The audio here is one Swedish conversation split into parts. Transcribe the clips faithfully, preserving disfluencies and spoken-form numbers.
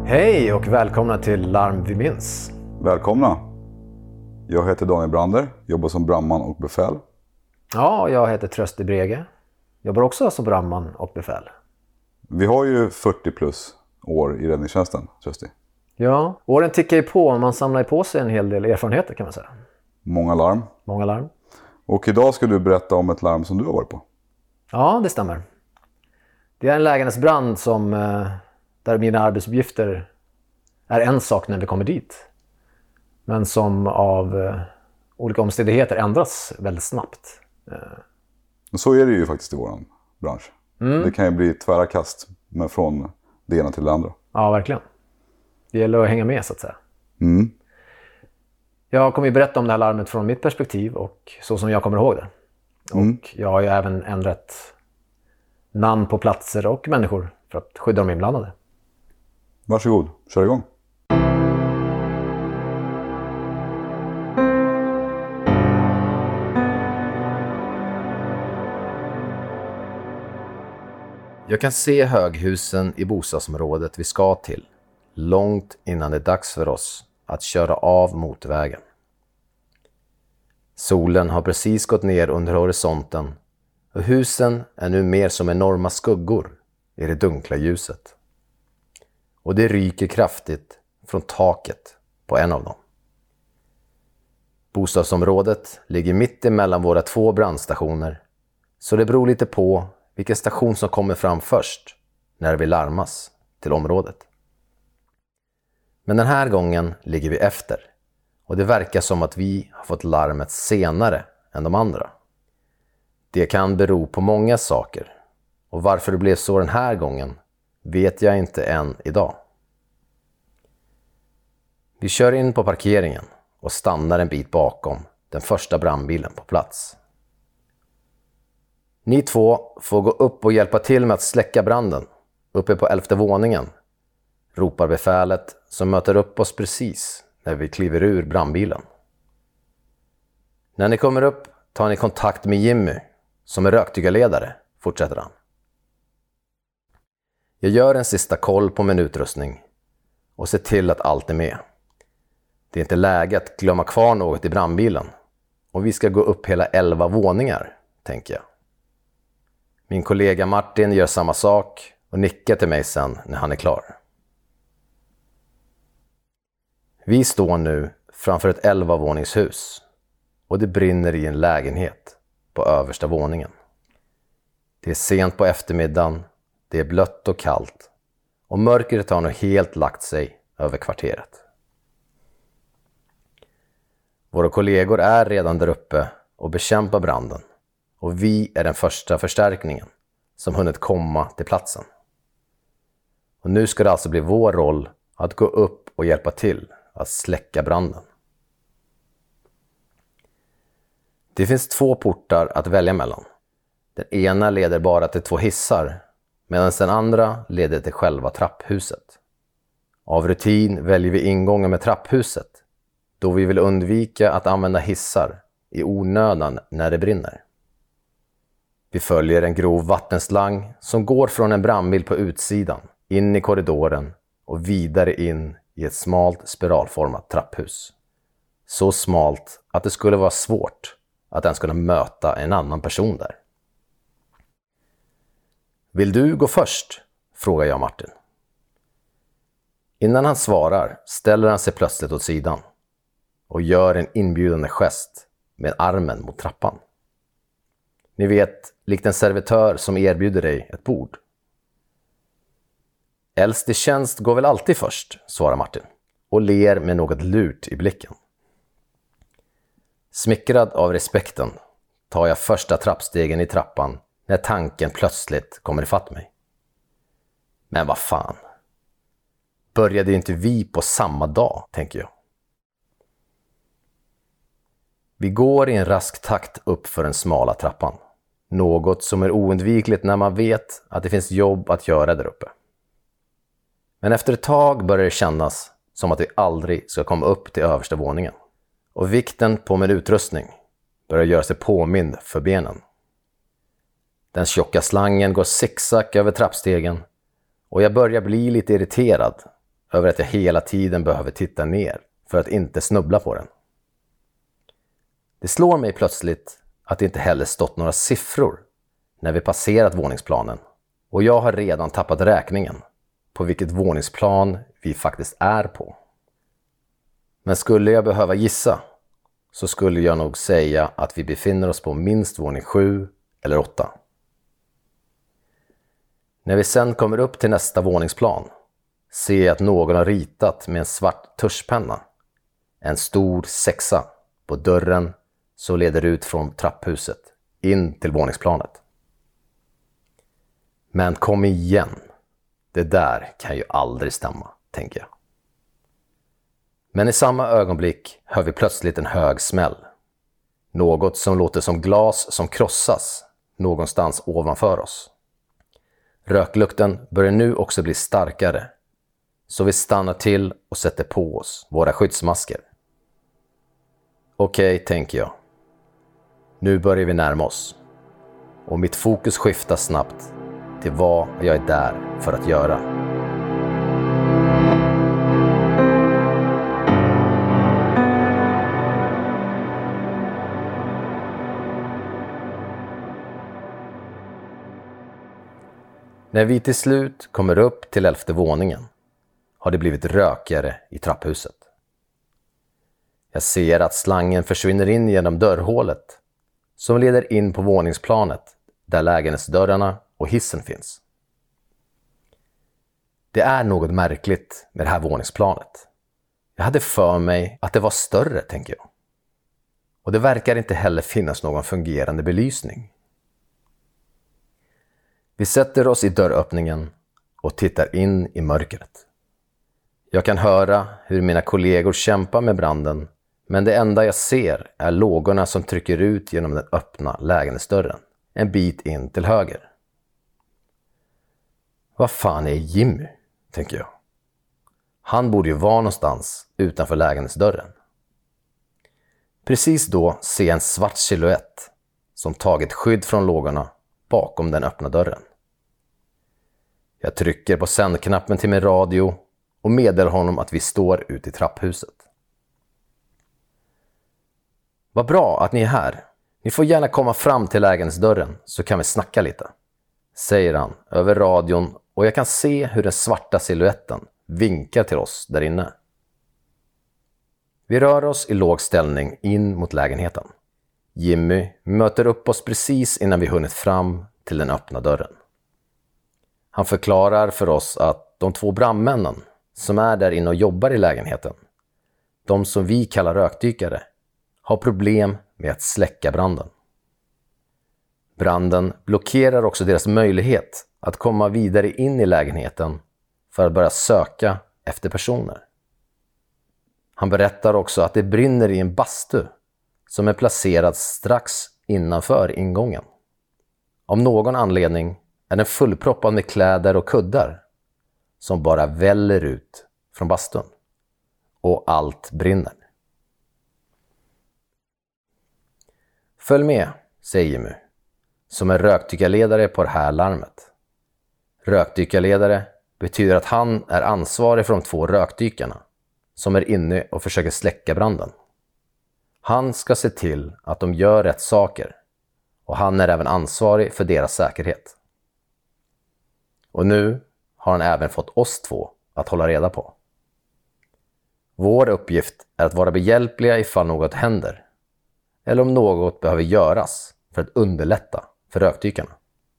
Hej och välkomna till Larm vi minns. Välkomna. Jag heter Daniel Brander, jobbar som brandman och befäl. Ja, jag heter Trösti Brege. Jobbar också som brandman och befäl. Vi har ju fyrtio plus år i räddningstjänsten, Trösti. Ja, åren tickar ju på och man samlar på sig en hel del erfarenheter kan man säga. Många larm. Många larm. Och idag ska du berätta om ett larm som du har varit på. Ja, det stämmer. Det är en lägenhetsbrand som, där mina arbetsuppgifter är en sak när vi kommer dit. Men som av olika omständigheter ändras väldigt snabbt. Och så är det ju faktiskt i vår bransch. Mm. Det kan ju bli tvära kast, men från det ena till det andra. Ja, verkligen. Det gäller att hänga med så att säga. Mm. Jag kommer ju berätta om det här larmet från mitt perspektiv och så som jag kommer ihåg det. Mm. Och jag har ju även ändrat namn på platser och människor för att skydda de inblandade. Varsågod, kör igång. Jag kan se höghusen i bostadsområdet vi ska till, långt innan det är dags för oss att köra av motorvägen. Solen har precis gått ner under horisonten och husen är nu mer som enorma skuggor i det dunkla ljuset. Och det ryker kraftigt från taket på en av dem. Bostadsområdet ligger mitt emellan våra två brandstationer, så det beror lite på vilken station som kommer fram först när vi larmas till området. Men den här gången ligger vi efter och det verkar som att vi har fått larmet senare än de andra. Det kan bero på många saker och varför det blev så den här gången vet jag inte än idag. Vi kör in på parkeringen och stannar en bit bakom den första brandbilen på plats. Ni två får gå upp och hjälpa till med att släcka branden uppe på elfte våningen, ropar befälet som möter upp oss precis när vi kliver ur brandbilen. När ni kommer upp tar ni kontakt med Jimmy som är rökdygarledare, fortsätter han. Jag gör en sista koll på min utrustning och ser till att allt är med. Det är inte läge att glömma kvar något i brandbilen och vi ska gå upp hela elva våningar, tänker jag. Min kollega Martin gör samma sak och nickar till mig sen när han är klar. Vi står nu framför ett elva-våningshus och det brinner i en lägenhet på översta våningen. Det är sent på eftermiddagen, det är blött och kallt och mörkret har nu helt lagt sig över kvarteret. Våra kollegor är redan där uppe och bekämpar branden. Och vi är den första förstärkningen som hunnit komma till platsen. Och nu ska det alltså bli vår roll att gå upp och hjälpa till att släcka branden. Det finns två portar att välja mellan. Den ena leder bara till två hissar medan den andra leder till själva trapphuset. Av rutin väljer vi ingången med trapphuset då vi vill undvika att använda hissar i onödan när det brinner. Vi följer en grov vattenslang som går från en brandbil på utsidan in i korridoren och vidare in i ett smalt spiralformat trapphus. Så smalt att det skulle vara svårt att ens kunna möta en annan person där. Vill du gå först? Frågar jag Martin. Innan han svarar ställer han sig plötsligt åt sidan och gör en inbjudande gest med armen mot trappan. Ni vet, likt en servitör som erbjuder dig ett bord. Äldst i tjänst går väl alltid först, svarar Martin och ler med något lurt i blicken. Smickrad av respekten tar jag första trappstegen i trappan när tanken plötsligt kommer ifatt mig. Men vad fan? Började inte vi på samma dag, tänker jag. Vi går i en rask takt upp för den smala trappan. Något som är oundvikligt när man vet att det finns jobb att göra där uppe. Men efter ett tag börjar det kännas som att vi aldrig ska komma upp till översta våningen. Och vikten på min utrustning börjar göra sig påmind för benen. Den tjocka slangen går zigzag över trappstegen och jag börjar bli lite irriterad över att jag hela tiden behöver titta ner för att inte snubbla på den. Det slår mig plötsligt att det inte heller stått några siffror när vi passerat våningsplanen, och jag har redan tappat räkningen på vilket våningsplan vi faktiskt är på. Men skulle jag behöva gissa så skulle jag nog säga att vi befinner oss på minst våning sju eller åtta. När vi sen kommer upp till nästa våningsplan ser jag att någon har ritat med en svart tuschpenna en stor sexa på dörren som leder ut från trapphuset in till våningsplanet. Men kom igen, det där kan ju aldrig stämma, tänker jag. Men i samma ögonblick hör vi plötsligt en hög smäll. Något som låter som glas som krossas någonstans ovanför oss. Röklukten börjar nu också bli starkare, så vi stannar till och sätter på oss våra skyddsmasker. Okej, tänker jag. Nu börjar vi närma oss. Och mitt fokus skiftar snabbt till vad jag är där för att göra. När vi till slut kommer upp till elfte våningen har det blivit rökigare i trapphuset. Jag ser att slangen försvinner in genom dörrhålet som leder in på våningsplanet där lägenhetsdörrarna och hissen finns. Det är något märkligt med det här våningsplanet. Jag hade för mig att det var större, tänker jag. Och det verkar inte heller finnas någon fungerande belysning. Vi sätter oss i dörröppningen och tittar in i mörkret. Jag kan höra hur mina kollegor kämpar med branden, men det enda jag ser är lågorna som trycker ut genom den öppna lägenhetsdörren en bit in till höger. Vad fan är Jimmy, tänker jag. Han borde ju vara någonstans utanför lägenhetsdörren. Precis då ser jag en svart silhuett som tagit skydd från lågorna bakom den öppna dörren. Jag trycker på sändknappen till min radio och meddelar honom att vi står ute i trapphuset. Vad bra att ni är här. Ni får gärna komma fram till lägenhetsdörren så kan vi snacka lite, säger han över radion, och jag kan se hur den svarta silhuetten vinkar till oss där inne. Vi rör oss i låg ställning in mot lägenheten. Jimmy möter upp oss precis innan vi hunnit fram till den öppna dörren. Han förklarar för oss att de två brandmännen som är där inne och jobbar i lägenheten, de som vi kallar rökdykare, har problem med att släcka branden. Branden blockerar också deras möjlighet att komma vidare in i lägenheten för att börja söka efter personer. Han berättar också att det brinner i en bastu som är placerad strax innanför ingången. Av någon anledning är den fullproppad med kläder och kuddar som bara väller ut från bastun. Och allt brinner. Följ med, säger Jimmy, som är rökdykarledare på det här larmet. Rökdykarledare betyder att han är ansvarig för de två rökdykarna som är inne och försöker släcka branden. Han ska se till att de gör rätt saker, och han är även ansvarig för deras säkerhet. Och nu har han även fått oss två att hålla reda på. Vår uppgift är att vara behjälpliga ifall något händer, eller om något behöver göras för att underlätta för rökdykarna.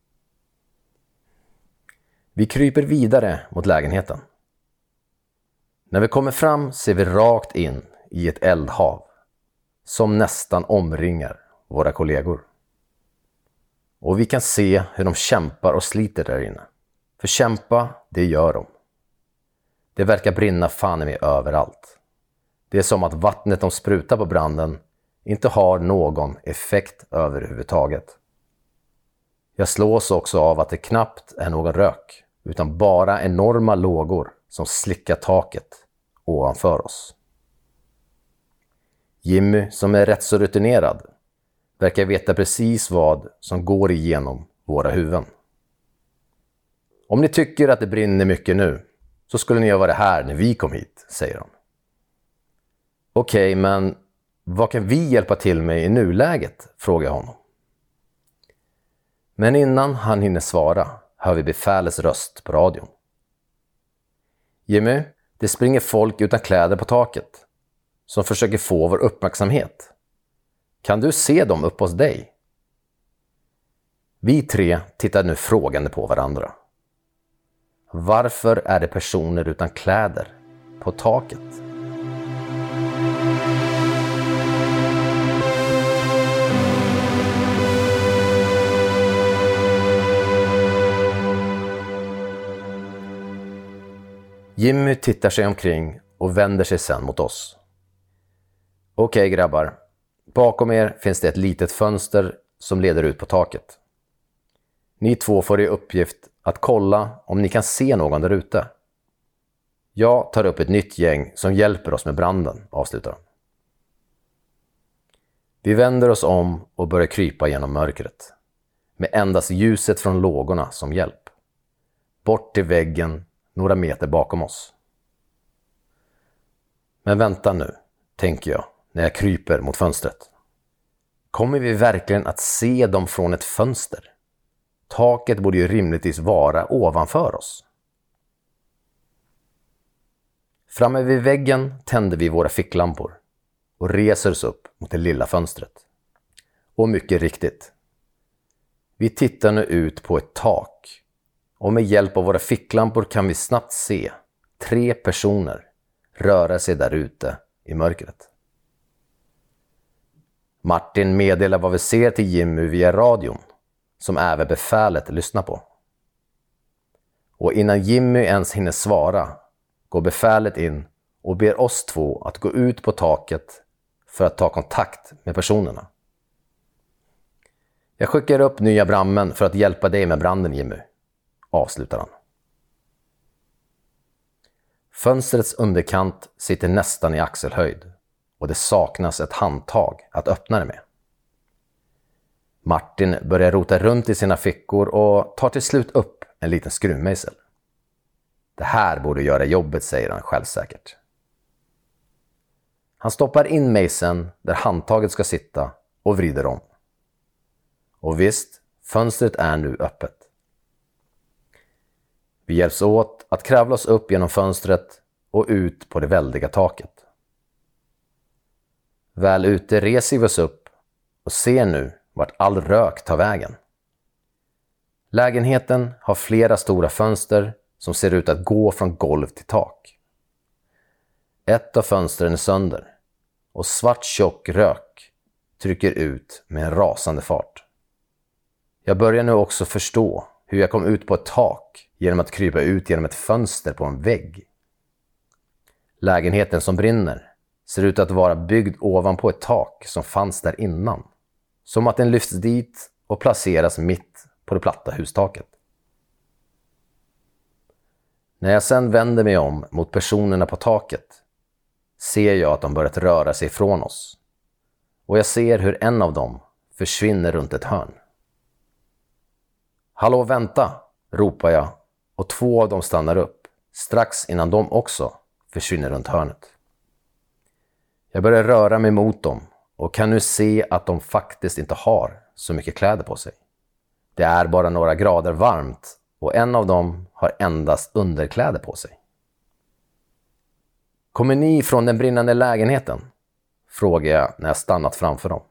Vi kryper vidare mot lägenheten. När vi kommer fram ser vi rakt in i ett eldhav som nästan omringar våra kollegor. Och vi kan se hur de kämpar och sliter där inne. För kämpa, det gör de. Det verkar brinna fan i mig överallt. Det är som att vattnet de sprutar på branden inte har någon effekt överhuvudtaget. Jag slås också av att det knappt är någon rök, utan bara enorma lågor som slickar taket ovanför oss. Jimmy, som är rätt så rutinerad, verkar veta precis vad som går igenom våra huvuden. Om ni tycker att det brinner mycket nu, så skulle ni ha varit här när vi kom hit, säger han. Okej, men vad kan vi hjälpa till med i nuläget, frågar jag honom. Men innan han hinner svara hör vi befälets röst på radion. Jimmy, det springer folk utan kläder på taket som försöker få vår uppmärksamhet. Kan du se dem upp hos dig? Vi tre tittar nu frågande på varandra. Varför är det personer utan kläder på taket? Jimmy tittar sig omkring och vänder sig sen mot oss. Okej grabbar, bakom er finns det ett litet fönster som leder ut på taket. Ni två får i uppgift att kolla om ni kan se någon där ute. Jag tar upp ett nytt gäng som hjälper oss med branden, avslutar han. Vi vänder oss om och börjar krypa genom mörkret. Med endast ljuset från lågorna som hjälp. Bort till väggen några meter bakom oss. Men vänta nu, tänker jag när jag kryper mot fönstret. Kommer vi verkligen att se dem från ett fönster? Taket borde ju rimligtvis vara ovanför oss. Framme vid väggen tänder vi våra ficklampor och reser oss upp mot det lilla fönstret. Och mycket riktigt. Vi tittar nu ut på ett tak och med hjälp av våra ficklampor kan vi snabbt se tre personer röra sig där ute i mörkret. Martin meddelar vad vi ser till Jimmy via radion, som även befälet lyssnar på. Och innan Jimmy ens hinner svara går befälet in och ber oss två att gå ut på taket för att ta kontakt med personerna. Jag skickar upp nya brandmän för att hjälpa dig med branden, Jimmy, avslutar han. Fönstrets underkant sitter nästan i axelhöjd och det saknas ett handtag att öppna det med. Martin börjar rota runt i sina fickor och tar till slut upp en liten skruvmejsel. Det här borde göra jobbet, säger han självsäkert. Han stoppar in mejseln där handtaget ska sitta och vrider om. Och visst, fönstret är nu öppet. Vi hjälps åt att kravla oss upp genom fönstret och ut på det väldiga taket. Väl ute reser vi oss upp och ser nu vart all rök tar vägen. Lägenheten har flera stora fönster som ser ut att gå från golv till tak. Ett av fönstren är sönder och svart tjock rök trycker ut med en rasande fart. Jag börjar nu också förstå hur jag kom ut på ett tak genom att krypa ut genom ett fönster på en vägg. Lägenheten som brinner ser ut att vara byggd ovanpå ett tak som fanns där innan. Som att den lyfts dit och placeras mitt på det platta hustaket. När jag sedan vänder mig om mot personerna på taket ser jag att de börjat röra sig ifrån oss. Och jag ser hur en av dem försvinner runt ett hörn. Hallå, vänta, ropar jag och två av dem stannar upp strax innan de också försvinner runt hörnet. Jag börjar röra mig mot dem och kan nu se att de faktiskt inte har så mycket kläder på sig. Det är bara några grader varmt och en av dem har endast underkläder på sig. Kommer ni från den brinnande lägenheten? Frågar jag när jag stannat framför dem.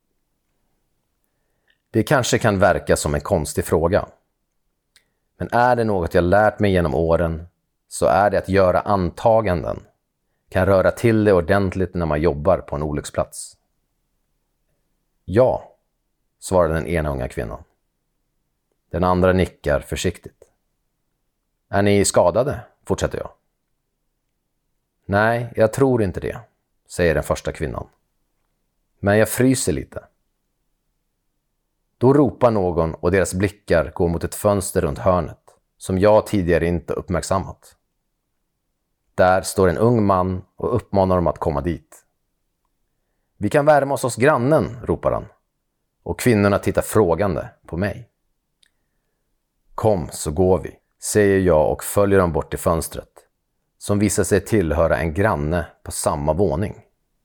Det kanske kan verka som en konstig fråga. Men är det något jag lärt mig genom åren så är det att göra antaganden kan röra till det ordentligt när man jobbar på en olycksplats. Ja, svarade den ena unga kvinnan. Den andra nickar försiktigt. Är ni skadade? Fortsätter jag. Nej, jag tror inte det, säger den första kvinnan. Men jag fryser lite. Då ropar någon och deras blickar går mot ett fönster runt hörnet som jag tidigare inte uppmärksammat. Där står en ung man och uppmanar dem att komma dit. Vi kan värma oss hos grannen, ropar han. Och kvinnorna tittar frågande på mig. Kom så går vi, säger jag och följer dem bort till fönstret som visade sig tillhöra en granne på samma våning.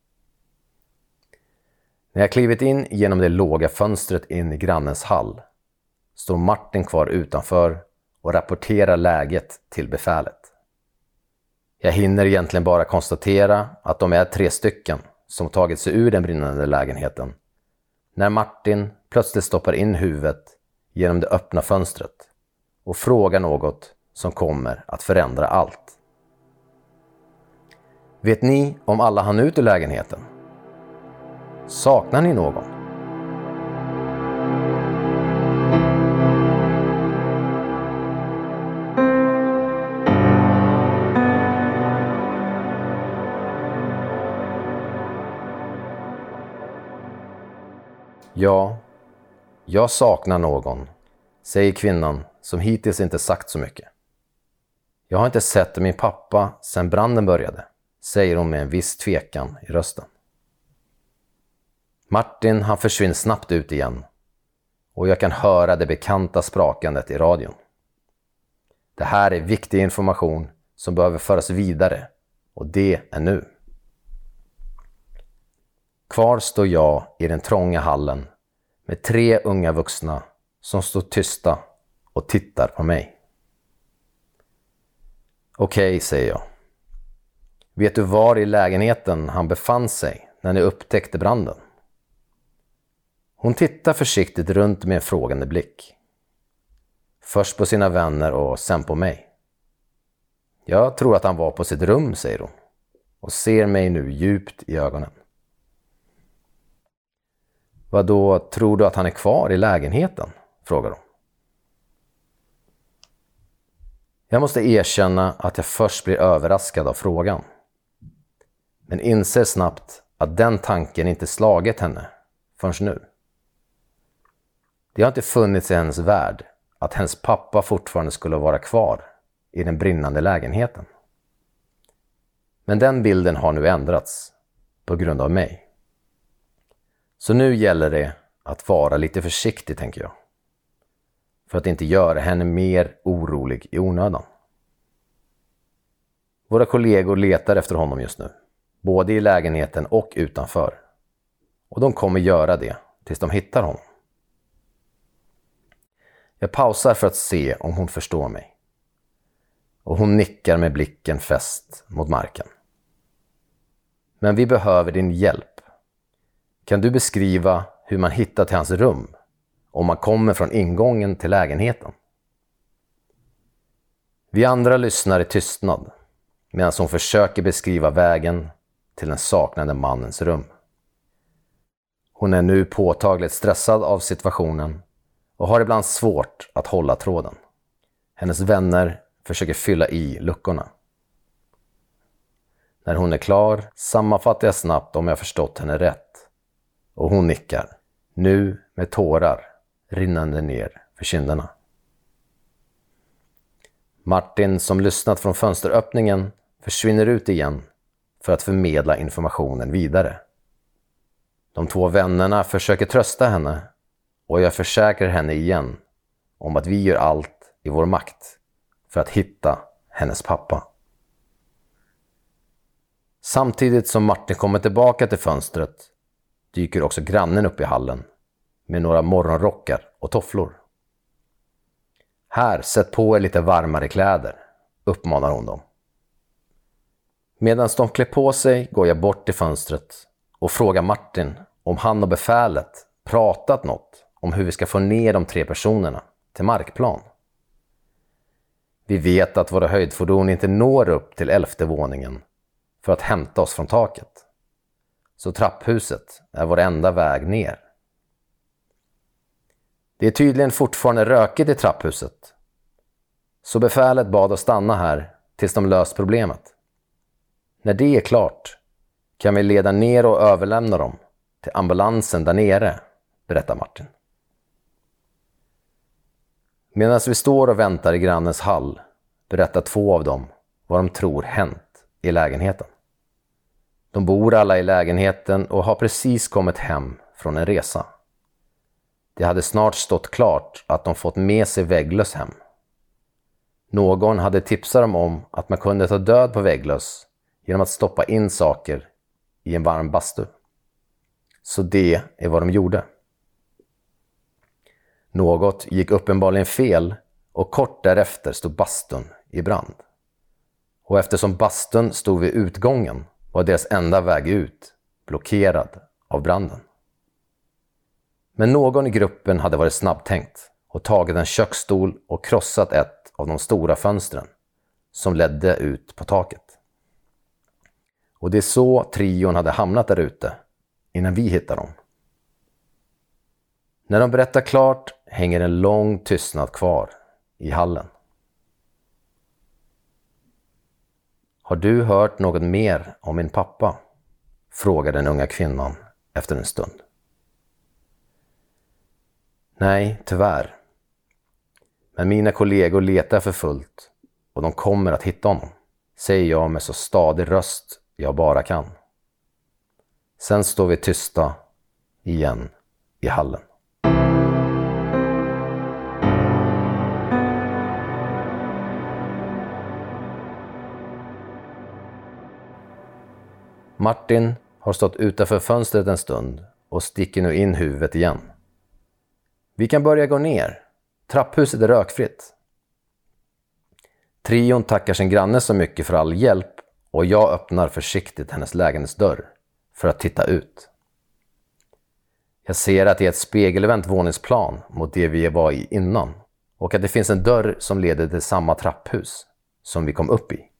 När jag klivit in genom det låga fönstret in i grannens hall står Martin kvar utanför och rapporterar läget till befälet. Jag hinner egentligen bara konstatera att de är tre stycken som tagit sig ur den brinnande lägenheten när Martin plötsligt stoppar in huvudet genom det öppna fönstret och frågar något som kommer att förändra allt. Vet ni om alla hann ut ur lägenheten? Saknar ni någon? Ja, jag saknar någon, säger kvinnan som hittills inte sagt så mycket. Jag har inte sett min pappa sedan branden började, säger hon med en viss tvekan i rösten. Martin han försvinner snabbt ut igen och jag kan höra det bekanta sprakandet i radion. Det här är viktig information som behöver föras vidare och det är nu. Kvar står jag i den trånga hallen med tre unga vuxna som står tysta och tittar på mig. Okej, säger jag. Vet du var i lägenheten han befann sig när ni upptäckte branden? Hon tittar försiktigt runt med en frågande blick. Först på sina vänner och sen på mig. Jag tror att han var på sitt rum, säger hon och ser mig nu djupt i ögonen. Vad då, tror du att han är kvar i lägenheten? Frågar hon. Jag måste erkänna att jag först blir överraskad av frågan. Men inser snabbt att den tanken inte slagit henne förrän nu. Det har inte funnits i hennes värld att hennes pappa fortfarande skulle vara kvar i den brinnande lägenheten. Men den bilden har nu ändrats på grund av mig. Så nu gäller det att vara lite försiktig, tänker jag. För att inte göra henne mer orolig i onödan. Våra kollegor letar efter honom just nu. Både i lägenheten och utanför. Och de kommer göra det tills de hittar honom. Jag pausar för att se om hon förstår mig. Och hon nickar med blicken fäst mot marken. Men vi behöver din hjälp. Kan du beskriva hur man hittar till hans rum om man kommer från ingången till lägenheten? Vi andra lyssnar i tystnad medan hon försöker beskriva vägen till den saknade mannens rum. Hon är nu påtagligt stressad av situationen och har ibland svårt att hålla tråden. Hennes vänner försöker fylla i luckorna. När hon är klar sammanfattar jag snabbt om jag förstått henne rätt. Och hon nickar, nu med tårar rinnande ner för kinderna. Martin, som lyssnat från fönsteröppningen, försvinner ut igen för att förmedla informationen vidare. De två vännerna försöker trösta henne och jag försäkrar henne igen om att vi gör allt i vår makt för att hitta hennes pappa. Samtidigt som Martin kommer tillbaka till fönstret dyker också grannen upp i hallen med några morgonrockar och tofflor. Här, sätt på er lite varmare kläder, uppmanar hon dem. Medan de klär på sig går jag bort till fönstret och frågar Martin om han och befälet pratat något om hur vi ska få ner de tre personerna till markplan. Vi vet att våra höjdfordon inte når upp till elfte våningen för att hämta oss från taket. Så trapphuset är vår enda väg ner. Det är tydligen fortfarande rökigt i trapphuset. Så befälet bad oss stanna här tills de löst problemet. När det är klart kan vi leda ner och överlämna dem till ambulansen där nere, berättar Martin. Medan vi står och väntar i grannens hall berättar två av dem vad de tror hänt i lägenheten. De bor alla i lägenheten och har precis kommit hem från en resa. Det hade snart stått klart att de fått med sig vägglöss hem. Någon hade tipsat dem om att man kunde ta död på vägglöss genom att stoppa in saker i en varm bastu. Så det är vad de gjorde. Något gick uppenbarligen fel och kort därefter stod bastun i brand. Och eftersom bastun stod vid utgången var deras enda väg ut blockerad av branden. Men någon i gruppen hade varit snabbtänkt och tagit en köksstol och krossat ett av de stora fönstren som ledde ut på taket. Och det är så trion hade hamnat där ute innan vi hittade dem. När de berättar klart hänger en lång tystnad kvar i hallen. Har du hört något mer om min pappa? Frågar den unga kvinnan efter en stund. Nej, tyvärr. Men mina kollegor letar för fullt och de kommer att hitta honom, säger jag med så stadig röst jag bara kan. Sen står vi tysta igen i hallen. Martin har stått utanför fönstret en stund och sticker nu in huvudet igen. Vi kan börja gå ner. Trapphuset är rökfritt. Trion tackar sin granne så mycket för all hjälp och jag öppnar försiktigt hennes lägenhetsdörr för att titta ut. Jag ser att det är ett spegelvänt våningsplan mot det vi var i innan och att det finns en dörr som leder till samma trapphus som vi kom upp i.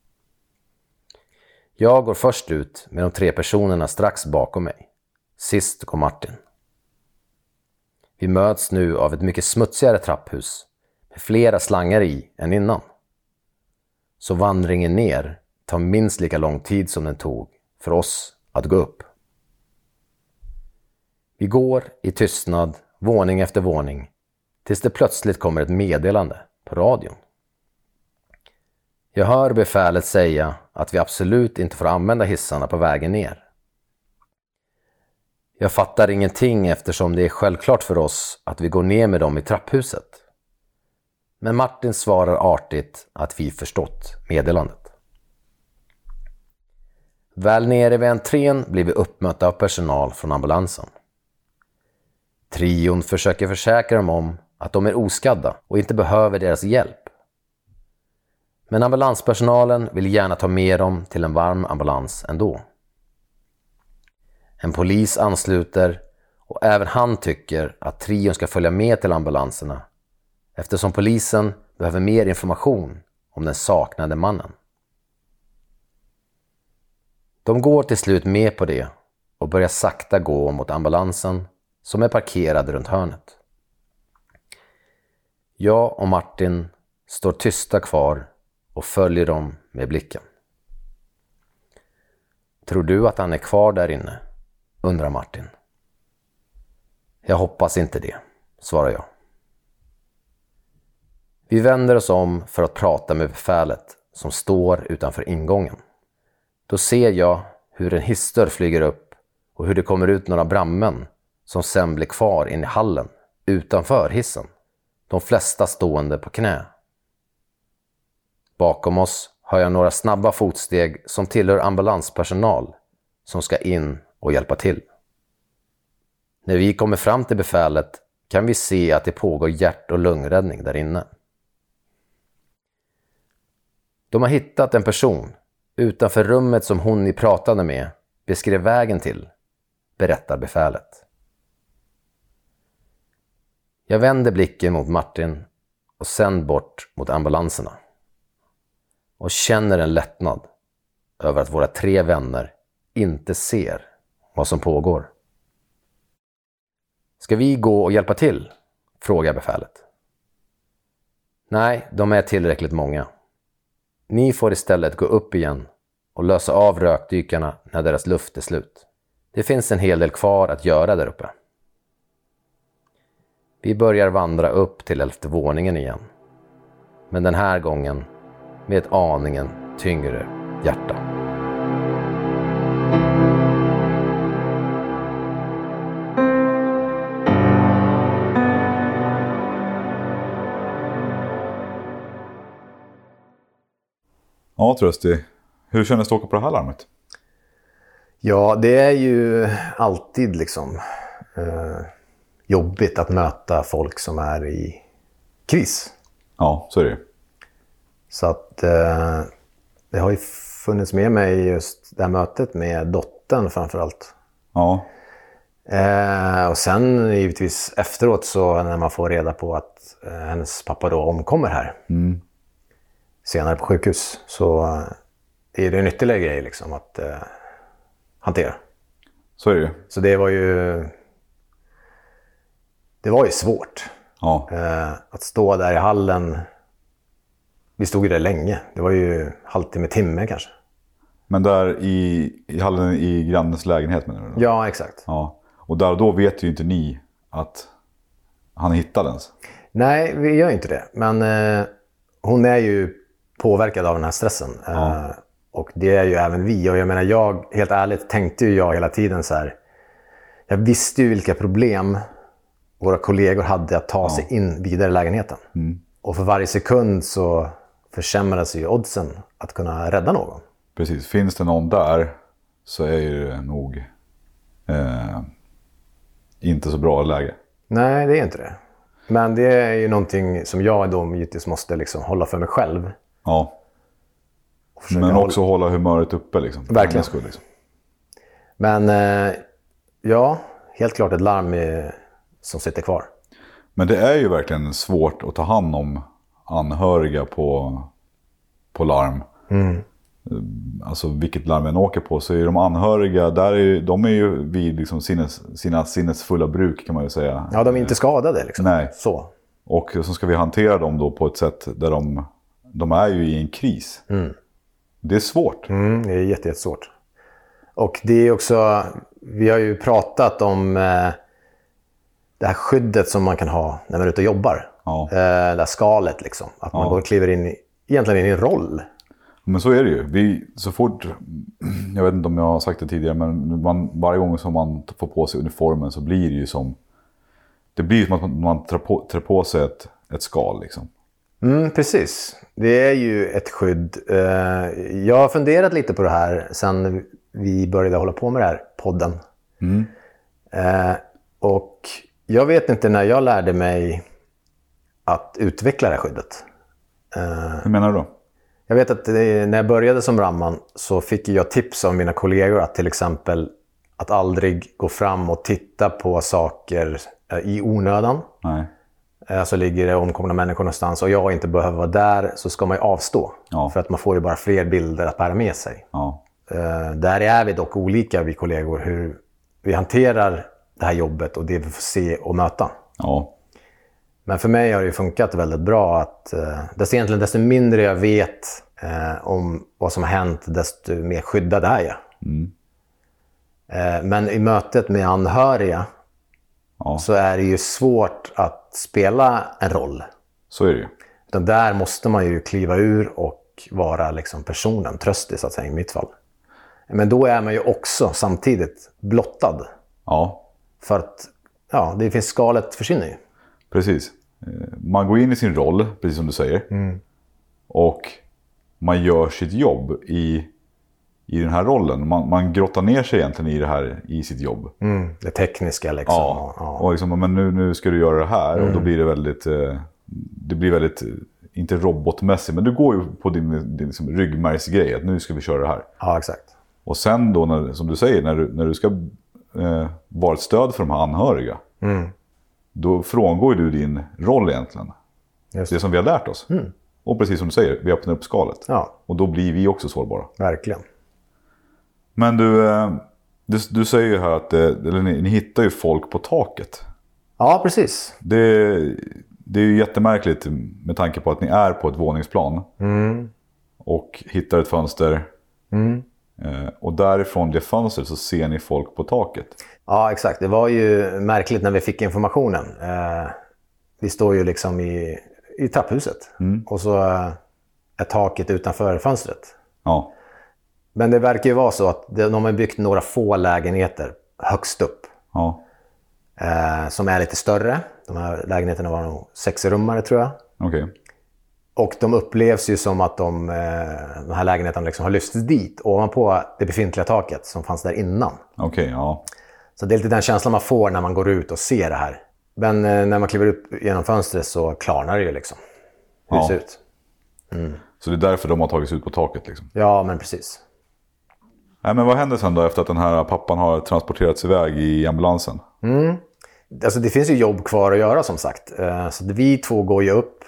Jag går först ut med de tre personerna strax bakom mig. Sist går Martin. Vi möts nu av ett mycket smutsigare trapphus med flera slangar i än innan. Så vandringen ner tar minst lika lång tid som den tog för oss att gå upp. Vi går i tystnad våning efter våning tills det plötsligt kommer ett meddelande på radion. Jag hör befälet säga att vi absolut inte får använda hissarna på vägen ner. Jag fattar ingenting eftersom det är självklart för oss att vi går ner med dem i trapphuset. Men Martin svarar artigt att vi förstått meddelandet. Väl nere vid entrén blir vi uppmötta av personal från ambulansen. Trion försöker försäkra dem om att de är oskadda och inte behöver deras hjälp. Men ambulanspersonalen vill gärna ta med dem till en varm ambulans ändå. En polis ansluter och även han tycker att trion ska följa med till ambulanserna eftersom polisen behöver mer information om den saknade mannen. De går till slut med på det och börjar sakta gå mot ambulansen som är parkerad runt hörnet. Jag och Martin står tysta kvar och följer dem med blicken. Tror du att han är kvar där inne? Undrar Martin. Jag hoppas inte det, svarar jag. Vi vänder oss om för att prata med befälet som står utanför ingången. Då ser jag hur en hissdörr flyger upp och hur det kommer ut några brandmän som sen blir kvar in i hallen utanför hissen. De flesta stående på knä. Bakom oss hör jag några snabba fotsteg som tillhör ambulanspersonal som ska in och hjälpa till. När vi kommer fram till befälet kan vi se att det pågår hjärt- och lungräddning där inne. De har hittat en person utanför rummet som hon ni pratade med beskrev vägen till, berättar befälet. Jag vänder blicken mot Martin och sen bort mot ambulanserna. Och känner en lättnad över att våra tre vänner inte ser vad som pågår. Ska vi gå och hjälpa till? Frågar befälet. Nej, de är tillräckligt många. Ni får istället gå upp igen och lösa av rökdykarna när deras luft är slut. Det finns en hel del kvar att göra där uppe. Vi börjar vandra upp till elfte våningen igen. Men den här gången med ett aningen tyngre hjärta. Ja, Trösti. Hur kändes det att åka på det här larmet? Ja, det är ju alltid liksom eh, jobbigt att möta folk som är i kris. Ja, så är det. Så att eh, det har ju funnits med mig just det här mötet med dottern framförallt. Ja. Eh, och sen givetvis efteråt så när man får reda på att eh, hennes pappa då omkommer här. Mm. Senare på sjukhus så eh, är det en ytterligare grej liksom att eh, hantera. Så är det ju. Så det var ju det var ju svårt. Ja. Eh, att stå där i hallen. Vi stod ju där länge. Det var ju halvtimme, timme kanske. Men där i, i hallen i grannens lägenhet menar du? Ja, exakt. Ja. Och där och då vet ju inte ni att han hittade ens. Nej, vi gör inte det. Men eh, hon är ju påverkad av den här stressen. Ja. Eh, och det är ju även vi. Och jag menar, jag, helt ärligt tänkte ju jag hela tiden så här. Jag visste ju vilka problem våra kollegor hade att ta Ja. sig in vidare i lägenheten. Mm. Och för varje sekund så försämras ju oddsen att kunna rädda någon. Precis. Finns det någon där så är det nog eh, inte så bra läge. Nej, det är inte det. Men det är ju någonting som jag då givetvis måste liksom hålla för mig själv. Ja. Och försöka Men hålla- också hålla humöret uppe liksom. För Verkligen. andras skull, liksom. Men eh, ja, helt klart ett larm är, som sitter kvar. Men det är ju verkligen svårt att ta hand om anhöriga på, på larm. Mm. Alltså vilket larm en åker på så är de anhöriga, där är ju, de är ju vid liksom sinnes, sina sinnesfulla bruk kan man ju säga. Ja, de är inte skadade liksom. Nej. Så. Och så ska vi hantera dem då på ett sätt där de, de är ju i en kris. Mm. Det är svårt. Mm, det är jätte, jättesvårt. Och det är också, vi har ju pratat om eh, det här skyddet som man kan ha när man är ute och jobbar. Ja. Eh, det här skalet liksom. Att man Ja. går och kliver in i, egentligen in i en roll. Men så är det ju. Vi, så fort, jag vet inte om jag har sagt det tidigare, men man, varje gång som man får på sig uniformen så blir det ju som, det blir som att man, man trär, på, trär på sig ett, ett skal liksom. Mm, precis. Det är ju ett skydd. Eh, jag har funderat lite på det här sen vi började hålla på med det här podden. Mm. Eh, och jag vet inte när jag lärde mig att utveckla det här skyddet. Eh, Hur menar du då? jag vet att det, när jag började som brandman så fick jag tips av mina kollegor att till exempel att aldrig gå fram och titta på saker eh, i onödan. Nej. Eh, så ligger det omkomna människor någonstans och jag inte behöver vara där, så ska man ju avstå. Ja. För att man får ju bara fler bilder att bära med sig. Ja. Eh, där är vi dock olika, vi kollegor, hur vi hanterar det här jobbet och det vi får se och möta. Ja. Men för mig har det ju funkat väldigt bra att eh, desto, egentligen, desto mindre jag vet eh, om vad som har hänt, desto mer skyddad är jag. Mm. Eh, men i mötet med anhöriga Ja. så är det ju svårt att spela en roll. Så är det ju. Utan där måste man ju kliva ur och vara liksom personen, tröstig så att säga i mitt fall. Men då är man ju också samtidigt blottad. Ja. För att ja, det finns skalet försvinner ju. Precis. Eh, Man går in i sin roll, precis som du säger. Mm. Och man gör sitt jobb i, i den här rollen. Man, man grottar ner sig egentligen i det här, i sitt jobb. Mm, det tekniska liksom. Ja. Ja. Och liksom, men nu, nu ska du göra det här. Och då blir det väldigt, eh, det blir väldigt, eh, inte robotmässigt. Men du går ju på din, din liksom, ryggmärgsgrej. Att nu ska vi köra det här. ja, exakt. Och sen då, när, som du säger, när du, när du ska eh, vara ett stöd för de här anhöriga. Mm. Då frångår du din roll egentligen. Just Det som vi har lärt oss. Mm. Och precis som du säger, vi öppnar upp skalet. Ja, Och då blir vi också sårbara. verkligen. Men du, eh, du, du säger ju här att eh, eller ni, ni hittar ju folk på taket. Ja, precis. Det, det är ju jättemärkligt med tanke på att ni är på ett våningsplan. Mm. Och hittar ett fönster. Mm. Eh, och därifrån det fönstret så ser ni folk på taket. Ja, exakt. Det var ju märkligt när vi fick informationen. Eh, vi står ju liksom i, i trapphuset. Mm. Och så eh, är taket utanför fönstret. Ja, Men det verkar ju vara så att de har byggt några få lägenheter högst upp. ja, Eh, som är lite större. De här lägenheterna var nog sexrummare tror jag. okej. Och de upplevs ju som att de, eh, de här lägenheterna liksom har lyfts dit ovanpå det befintliga taket som fanns där innan. Okej, okay, ja. Så det är lite den känslan man får när man går ut och ser det här. Men eh, när man kliver upp genom fönstret så klarnar det ju liksom. Hur det ja. ser ut. Mm. Så det är därför de har tagits ut på taket liksom? Ja, men precis. Nej, men vad händer sen då efter att den här pappan har transporterats iväg i ambulansen? Mm. Alltså det finns ju jobb kvar att göra som sagt. Eh, så vi två går ju upp.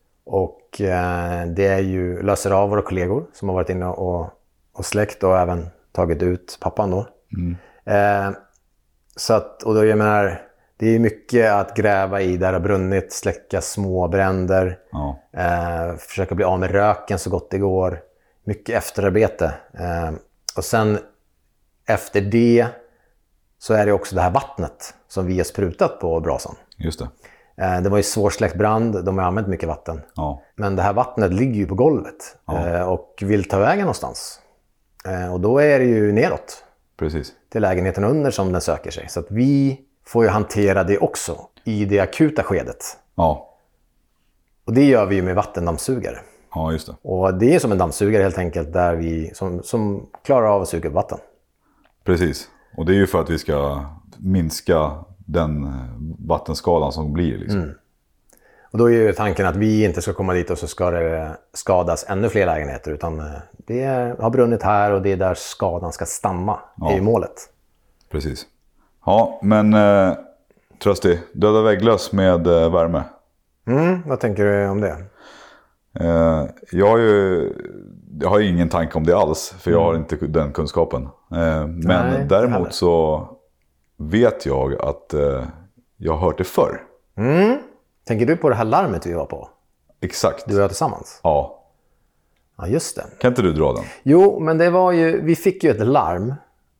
Och eh, det är ju löser av våra kollegor som har varit inne och, och släckt och även tagit ut pappan då. Mm. Eh, så att, och då jag menar, det är mycket att gräva i där det har brunnit, släcka små bränder, ja. eh, försöka bli av med röken så gott det går. Mycket efterarbete. Eh, och sen efter det så är det också det här vattnet som vi har sprutat på brasan. Just det. Det var ju svårsläckt brand, de har använt mycket vatten. Ja. Men det här vattnet ligger ju på golvet ja. och vill ta vägen någonstans. Och då är det ju neråt. Precis. Till lägenheten under som den söker sig. Så att vi får ju hantera det också i det akuta skedet. Ja. Och det gör vi ju med vattendammsugare. Ja, just det. Och det är som en dammsugare helt enkelt där vi, som, som klarar av att suga upp vatten. Precis. Och det är ju för att vi ska minska den vattenskadan som blir liksom. Mm. Och då är ju tanken att vi inte ska komma dit och så ska det skadas ännu fler lägenheter, utan det har brunnit här och det är där skadan ska stanna. Ja. Det är målet. Precis. Ja, men eh, Trösti, döda vägglöss med eh, värme. Mm, vad tänker du om det? Eh, jag har ju jag har ingen tanke om det alls, för jag mm. har inte den kunskapen. Eh, men Nej, däremot så vet jag att eh, jag har hört det förr. Mm. Tänker du på det här larmet vi var på? Exakt. Du och jag tillsammans? Ja. Ja, just det. Kan inte du dra den? Jo, men det var ju, vi fick ju ett larm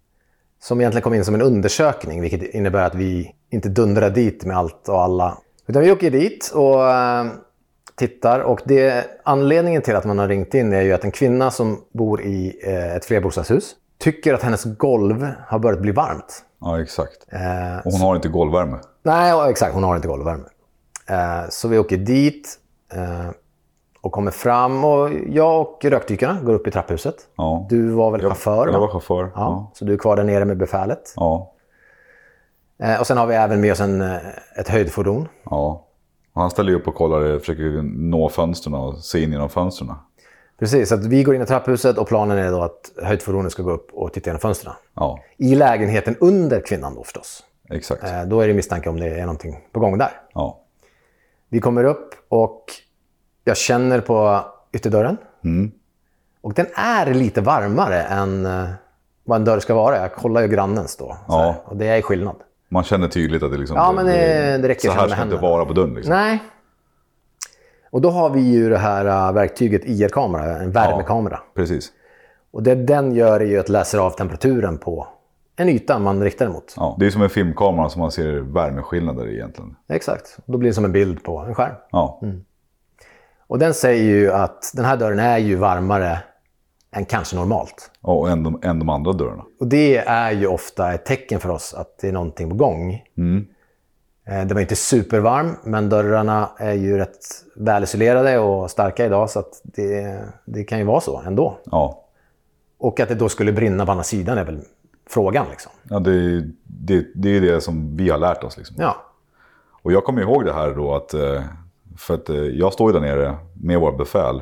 som egentligen kom in som en undersökning, vilket innebär att vi inte dundrar dit med allt och alla. Utan vi åker dit och äh, tittar, och det, anledningen till att man har ringt in är ju att en kvinna som bor i äh, ett flerbostadshus tycker att hennes golv har börjat bli varmt. Ja, exakt. Eh, och hon har inte golvvärme. Nej, exakt. Hon har inte golvvärme. Eh, så vi åker dit eh, och kommer fram. Och jag och rökdykarna går upp i trapphuset. Ja. Du var väl jag, chaufför? Jag var chaufför, ja. ja. Så du är kvar där nere med befälet? Ja. Eh, och sen har vi även med oss en, ett höjdfordon. Ja. Och han ställer upp och kollar, försöker nå fönstren och se in genom fönstren. Precis, så att vi går in i trapphuset och planen är då att höjdfordonet ska gå upp och titta genom fönstren. Ja. I lägenheten under kvinnan då förstås. Exakt. Eh, då är det misstanke om det är någonting på gång där. Ja. Vi kommer upp och jag känner på ytterdörren. Mm. Och den är lite varmare än uh, vad en dörr ska vara. Jag kollar ju grannens då. Ja. Här, och det är skillnad. Man känner tydligt att det liksom... Ja, men det, det räcker så här ska det inte vara på dörren liksom. Nej. Och då har vi ju det här uh, verktyget I R-kamera, en värmekamera. Ja, precis. Och det den gör är ju att läsa av temperaturen på en yta man riktar emot. Ja, det är som en filmkamera som man ser värmeskillnader egentligen. Exakt. Då blir det som en bild på en skärm. Ja. Mm. Och den säger ju att den här dörren är ju varmare än kanske normalt. Och än de, än de andra dörrarna. Och det är ju ofta ett tecken för oss att det är någonting på gång. Mm. Det var inte supervarm, men dörrarna är ju rätt välisolerade och starka idag, så att det, det kan ju vara så ändå. Ja. Och att det då skulle brinna på andra sidan är väl frågan liksom. Ja, det, det, det är det som vi har lärt oss liksom. Ja. Och jag kommer ihåg det här då att, för att jag står ju där nere med vår befäl.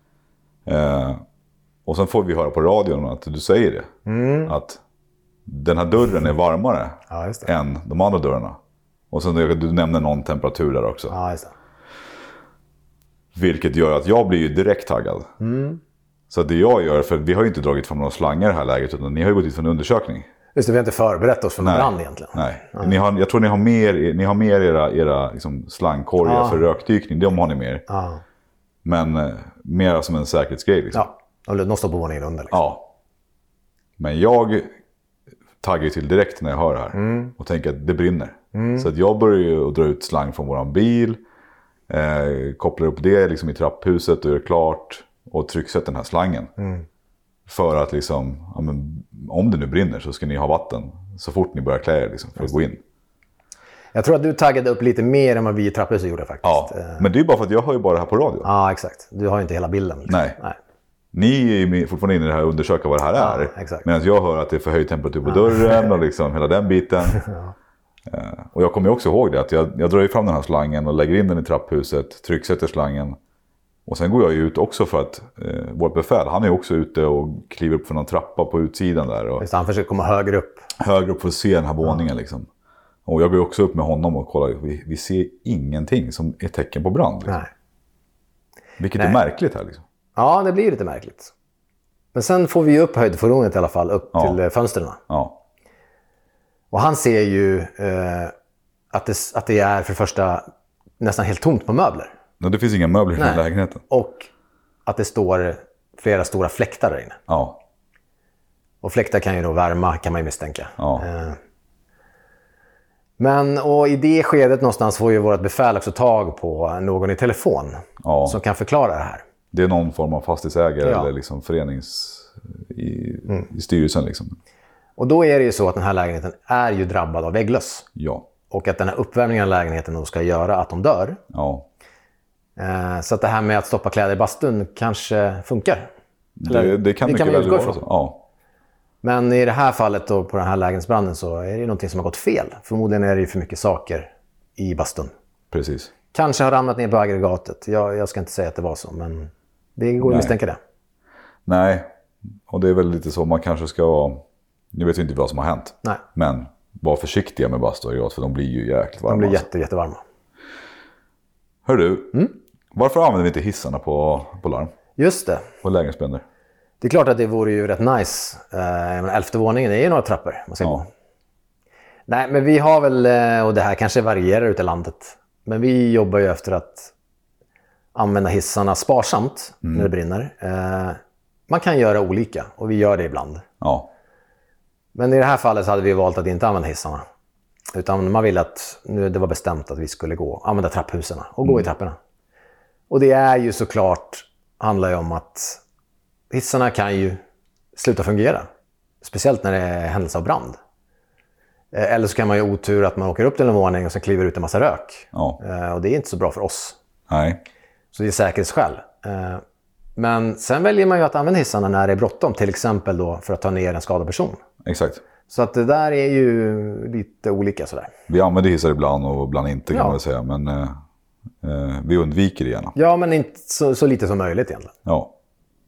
Och sen får vi höra på radion att du säger det. Mm. Att den här dörren är varmare ja, just det. än de andra dörrarna. Och sen du nämner någon temperatur där också. Ja, just det. Vilket gör att jag blir ju direkt taggad. Mm. Så det jag gör, för vi har ju inte dragit fram några slangar i det här läget, utan ni har ju gått ut för en undersökning. Just det, vi har inte förberett oss för någon brand egentligen. Nej, nej. Ni har, jag tror ni har mer, ni har mer era, era liksom slangkorgar ja. för rökdykning, de har ni mer. Ja. Men eh, mer som en säkerhetsgrej liksom. Ja, de står på våningen under liksom. Ja. Men jag taggar ju till direkt när jag hör det här. Mm. Och tänker att det brinner. Mm. Så att jag börjar ju att dra ut slang från våran bil. Eh, kopplar upp det liksom i trapphuset och gör klart. Och trycksätter den här slangen. Mm. För att liksom, ja, men, om det nu brinner så ska ni ha vatten så fort ni börjar klä er liksom, för att gå in. Jag tror att du taggade upp lite mer än vad vi i trapphuset gjorde faktiskt. Ja, men det är ju bara för att jag hör ju bara det här på radio. Ja, exakt. Du har ju inte hela bilden. Liksom. Nej. Nej. Ni är ju fortfarande inne i det här och undersöka vad det här Ja, är. exakt. Medan jag hör att det är förhöjd temperatur på dörren och liksom hela den biten. Ja. Och jag kommer ju också ihåg det, att jag, jag drar ju fram den här slangen och lägger in den i trapphuset, trycksätter slangen. Och sen går jag ju ut också för att eh, vårt befäl, han är ju också ute och kliver upp för någon trappa på utsidan där. Och Just, han försöker komma högre upp. högre upp för att se den här våningen liksom. Och jag går också upp med honom och kollar, vi, vi ser ingenting som är tecken på brand. Liksom. Nej. Vilket Nej. är märkligt här liksom. Ja, det blir lite märkligt. Men sen får vi ju upp höjdfordonet i alla fall, upp Ja. till eh, fönstren. Ja, Och han ser ju eh, att, det, att det är för det första nästan helt tomt på möbler. men det finns inga möbler i den här Nej. lägenheten. Och att det står flera stora fläktar där inne. Ja, Och fläktar kan ju då värma, kan man ju misstänka. Ja. Eh, Men och i det skedet någonstans får ju vårt befäl också tag på någon i telefon Ja. som kan förklara det här. det är någon form av fastighetsägare Ja. eller liksom förenings... I, i styrelsen liksom. Och då är det ju så att den här lägenheten är ju drabbad av vägglöss. Ja, Och att den här uppvärmningen av lägenheten då ska göra att de dör. ja. Eh, Så att det här med att stoppa kläder i bastun kanske funkar. Eller, Det, det kan det mycket kan vi väl utgå vara ifrån. så. Ja, Men i det här fallet då, på den här lägenhetsbranden, så är det ju någonting som har gått fel. Förmodligen är det ju för mycket saker i bastun. precis. Kanske har ramlat ner på aggregatet. Jag, jag ska inte säga att det var så, men det går att Nej. misstänka det. Nej, och det är väl lite så man kanske ska... Nu vet vi inte vad som har hänt. Nej, Men var försiktiga med bastuaggregat för de blir ju jäkligt varma. de blir alltså. jätte, jättevarma. Hör du, varför använder vi inte hissarna på, på larm? Just det. På lägenhetsbränder? Det är klart att det vore ju rätt nice. Eh, men elfte våningen är ju några trappor man ska Ja. gå. Nej, men vi har väl, eh, och det här kanske varierar ute i landet, men vi jobbar ju efter att använda hissarna sparsamt när det brinner. Eh, man kan göra olika och vi gör det ibland. Ja, Men i det här fallet så hade vi valt att inte använda hissarna. Utan man ville att, nu det var bestämt att vi skulle gå, använda trapphusen och gå i trapporna. Och det är ju såklart, handlar ju om att hissarna kan ju sluta fungera. Speciellt när det är händelse av brand. Eh, Eller så kan man ju otur att man åker upp till en våning och sen kliver ut en massa rök. ja, Eh, Och det är inte så bra för oss. nej. Så det är säkerhetsskäl. Eh, Men sen väljer man ju att använda hissarna när det är bråttom. Till exempel då för att ta ner en skadad person. Exakt. Så att det där är ju lite olika sådär. Vi använder hissar ibland och ibland inte kan Ja. man väl säga. Men eh, eh, vi undviker det gärna. Ja, men inte så, så lite som möjligt egentligen. Ja.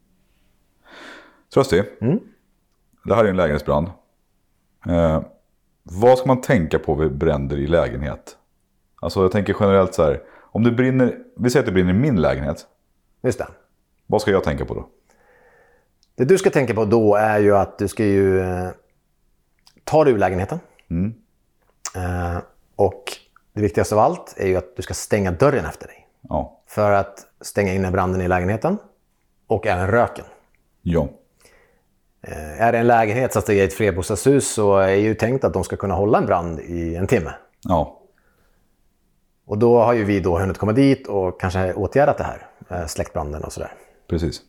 Trösti, Mm. det här är en lägenhetsbrand. Eh, vad ska man tänka på vid bränder i lägenhet? Alltså jag tänker generellt så här. Om det brinner, vi säger att det brinner i min lägenhet. Just det. Vad ska jag tänka på då? Det du ska tänka på då är ju att du ska ju eh, ta dig ur lägenheten. Mm. Eh, och det viktigaste av allt är ju att du ska stänga dörren efter dig. Ja. För att stänga in branden i lägenheten. Och även röken. Ja. Eh, är det en lägenhet så att det är ett flerbostadshus så är ju tänkt att de ska kunna hålla en brand i en timme. Ja. Och då har ju vi då hunnit komma dit och kanske åtgärdat det här. Eh, släckt branden och sådär. Precis.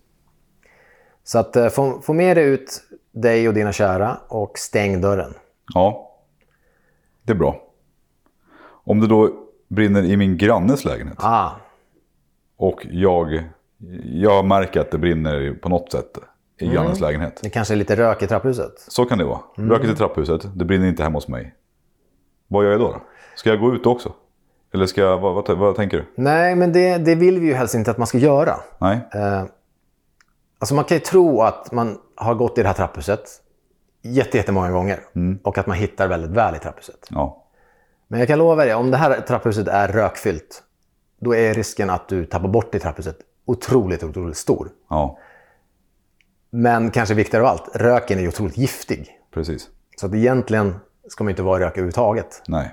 Så att eh, få, få med dig ut dig och dina kära och stäng dörren. Ja. Det är bra. Om det då brinner i min grannes lägenhet. Ah, Och jag, jag märker att det brinner på något sätt i Mm. grannens lägenhet. det kanske är lite rök i trapphuset. Så kan det vara. Mm. Röket i trapphuset, det brinner inte hemma hos mig. Vad gör jag då? då? Ska jag gå ut också? Eller ska jag, vad, vad, vad tänker du? Nej, men det, det vill vi ju helst inte att man ska göra. Nej? Eh, alltså man kan ju tro att man har gått i det här trapphuset jätte, jättemånga gånger. Och att man hittar väldigt väl i trapphuset. Ja. Men jag kan lova dig, om det här trapphuset är rökfyllt, då är risken att du tappar bort i trapphuset otroligt, otroligt stor. Ja, Men kanske viktigare av allt, röken är ju otroligt giftig. precis. Så att egentligen ska man inte vara i rök överhuvudtaget. Nej.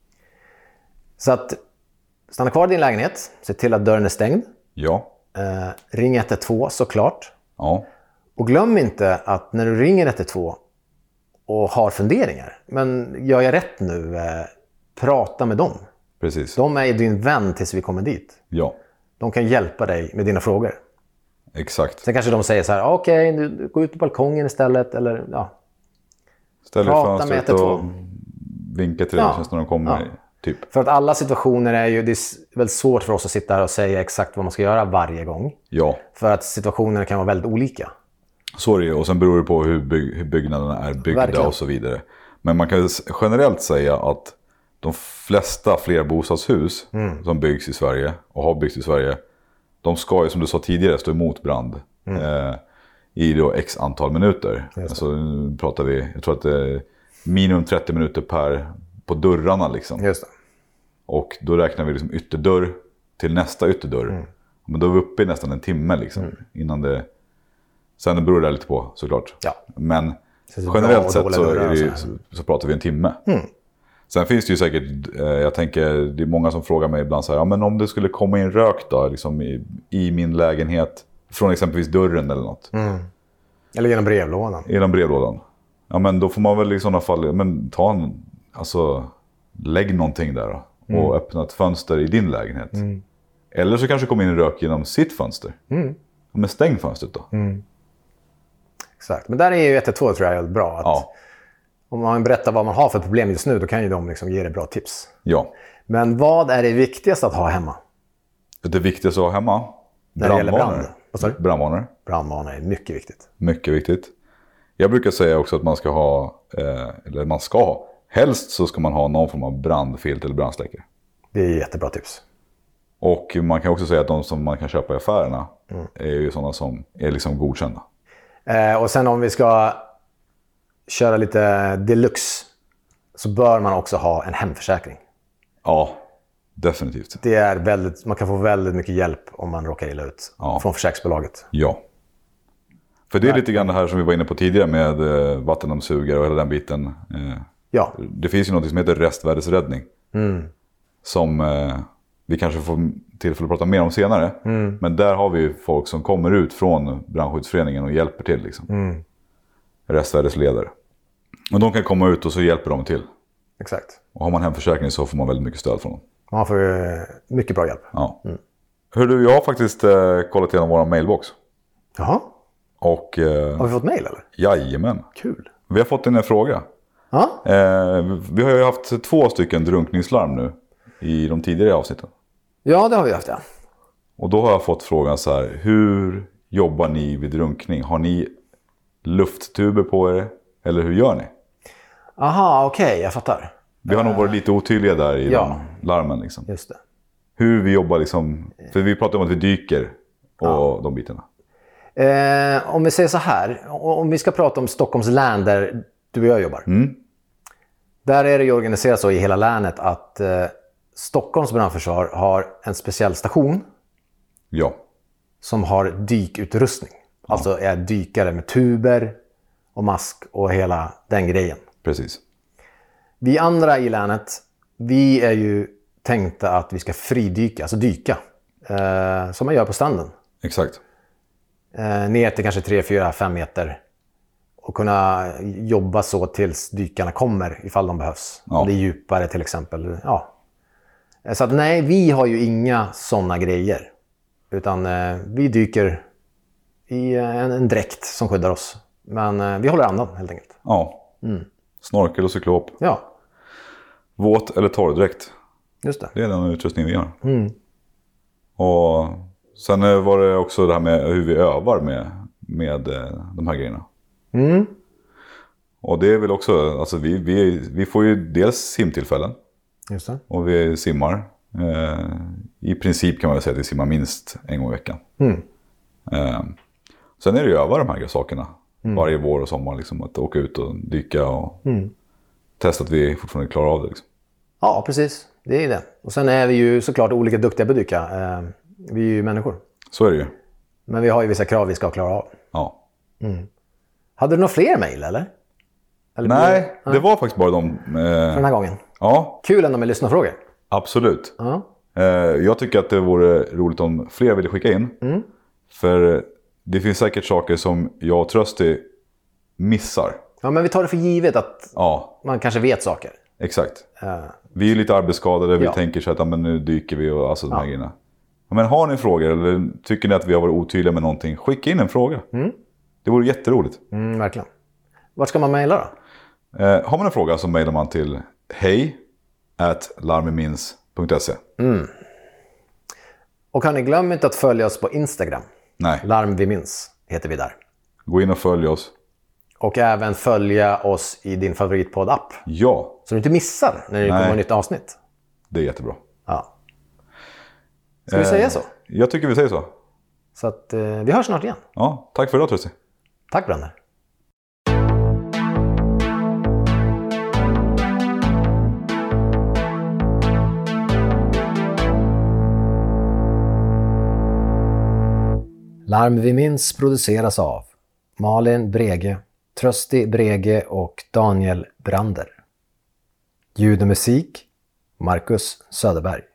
Så att stanna kvar i din lägenhet, se till att dörren är stängd. Ja. Eh, ring ett ett två såklart. Ja. Och glöm inte att när du ringer ett ett två och har funderingar, men gör jag rätt nu, eh, prata med dem. Precis. De är din vän tills vi kommer dit. Ja. De kan hjälpa dig med dina frågor. Exakt. Sen kanske de säger så här, okej, okay, du går ut på balkongen istället, eller ja. Ställ dig i Prata med fönstret ett ett två. och vinka till dig Ja. ja. när de kommer. Ja. typ. För att alla situationer är ju, det är väldigt svårt för oss att sitta här och säga exakt vad man ska göra varje gång. Ja. För att situationerna kan vara väldigt olika. Så är det ju. Och sen beror det på hur, byg- hur byggnaderna är byggda Verkligen. och så vidare. Men man kan generellt säga att de flesta flerbostadshus mm. som byggs i Sverige och har byggts i Sverige, de ska ju som du sa tidigare stå emot brand mm. eh, i då x antal minuter. Alltså nu pratar vi, jag tror att det är minimum trettio minuter per på dörrarna liksom. Just det. Och då räknar vi liksom ytterdörr till nästa ytterdörr. Mm. Men då är vi uppe i nästan en timme liksom mm. innan det. Sen beror det lite på såklart. Ja. Men generellt sett så, är det ju, så, så pratar vi en timme. Mm. Sen finns det ju säkert, eh, jag tänker, det är många som frågar mig ibland så här, ja men om det skulle komma in rök då, liksom i, i min lägenhet, från exempelvis dörren eller något. Mm. Eller genom brevlådan. Genom brevlådan. Ja men då får man väl i sådana fall, men ta en, alltså lägg någonting där då, mm. och öppna ett fönster i din lägenhet. Mm. Eller så kanske kommer in en rök genom sitt fönster. Mm. Men stäng fönstret då. Mm. Exakt, men där är ju ett ett två tror jag är bra. Att ja. Om man berättar vad man har för problem just nu, då kan ju de liksom ge dig bra tips. Ja. Men vad är det viktigaste att ha hemma? Det viktigaste att ha hemma? När det gäller brand. Vad sa du? Brandvarnare. Brandvarnare är mycket viktigt. Mycket viktigt. Jag brukar säga också att man ska ha, eh, eller man ska ha, helst så ska man ha någon form av brandfilt eller brandsläckare. Det är jättebra tips. Och man kan också säga att de som man kan köpa i affärerna mm. är ju sådana som är liksom godkända. Eh, och sen om vi ska köra lite deluxe så bör man också ha en hemförsäkring. Ja, definitivt. Det är väldigt, man kan få väldigt mycket hjälp om man råkar illa ut ja. från försäkringsbolaget. Ja. För det är lite grann det här som vi var inne på tidigare med eh, vattendammsugare och hela den biten. Eh, ja. Det finns ju något som heter restvärdesräddning. Mm. Som eh, vi kanske får tillfälle att prata mer om senare. Mm. Men där har vi ju folk som kommer ut från brandskyddsföreningen och hjälper till. Liksom. Mm. Restvärdesledare. Och de kan komma ut och så hjälper de till. Exakt. Och har man hemförsäkring så får man väldigt mycket stöd från dem. Man får uh, mycket bra hjälp. Ja. Mm. Hör du, jag har faktiskt uh, kollat igenom vår mailbox. Jaha. Och, uh, har vi fått mail eller? Jajamän. Kul. Vi har fått in en fråga. Ja. Uh, vi har ju haft två stycken drunkningslarm nu i de tidigare avsnitten. Ja, det har vi haft, ja. Och då har jag fått frågan så här, hur jobbar ni vid drunkning? Har ni lufttuber på er? Eller hur gör ni? Aha, okej, okay, jag fattar. Vi har nog varit lite otydliga där i ja. de larmen. Liksom. Just det. Hur vi jobbar liksom, för vi pratar om att vi dyker och ja. de bitarna. Eh, om vi säger så här, om vi ska prata om Stockholms län där du och jag jobbar. Mm. Där är det ju organiserat så i hela länet att eh, Stockholms brandförsvar har en speciell station. Ja. Som har dykutrustning. Ja. Alltså är dykare med tuber och mask och hela den grejen. Precis. Vi andra i länet, vi är ju tänkta att vi ska fridyka, alltså dyka. Eh, som man gör på stranden. Exakt. Eh, ner till kanske tre, fyra, fem meter. Och kunna jobba så tills dykarna kommer ifall de behövs. Ja. Om det är djupare till exempel. Ja. Så att nej, vi har ju inga sådana grejer. Utan eh, vi dyker i en, en dräkt som skyddar oss. Men eh, vi håller andan helt enkelt. Ja. Mm. Snorkel och cyklop. Ja. Våt eller torrdräkt. Just det. Det är den utrustning vi har. Mm. Och sen var det också det här med hur vi övar med, med de här grejerna. Mm. Och det är väl också, alltså vi, vi, vi får ju dels simtillfällen. Just det. Och vi simmar. Eh, I princip kan man väl säga att vi simmar minst en gång i veckan. Mm. Eh, sen är det ju öva de här sakerna. Mm. Varje vår och sommar liksom, att åka ut och dyka och mm. testa att vi fortfarande klarar av det. Liksom. Ja, precis. Det är det. Och sen är vi ju såklart olika duktiga på att dyka. Eh, vi är ju människor. Så är det ju. Men vi har ju vissa krav vi ska klara av. Ja. Mm. Hade du några fler mejl eller? eller? Nej, det var faktiskt bara de. Eh... För den här gången? Ja. Kul ändå med lyssnarfrågor. Absolut. Uh-huh. Eh, jag tycker att det vore roligt om fler ville skicka in. Mm. För det finns säkert saker som jag och Trösti missar. Ja, men vi tar det för givet att ja. man kanske vet saker. Exakt. Uh. Vi är lite arbetsskadade. Vi ja. tänker så att ja, men nu dyker vi och alltså de här ja. grejerna. Ja, men har ni frågor eller tycker ni att vi har varit otydliga med någonting? Skicka in en fråga. Mm. Det vore jätteroligt. Mm, verkligen. Vart ska man mejla då? Eh, har man en fråga så mejlar man till hej at larmimins punkt se. Mm. Och kan ni glömma inte att följa oss på Instagram. Nej. Larm vi minns heter vi där. Gå in och följ oss. Och även följa oss i din favoritpodd-app. Ja. Så du inte missar när det Nej. kommer ett nytt avsnitt. Det är jättebra. Ja. Ska vi Eh, säga så? Jag tycker vi säger så. Så att eh, vi hörs snart igen. Ja, tack för idag Trusty. Tack Branner. Larm vi minns produceras av Malin Brege, Trösti Brege och Daniel Brander. Ljud och musik, Marcus Söderberg.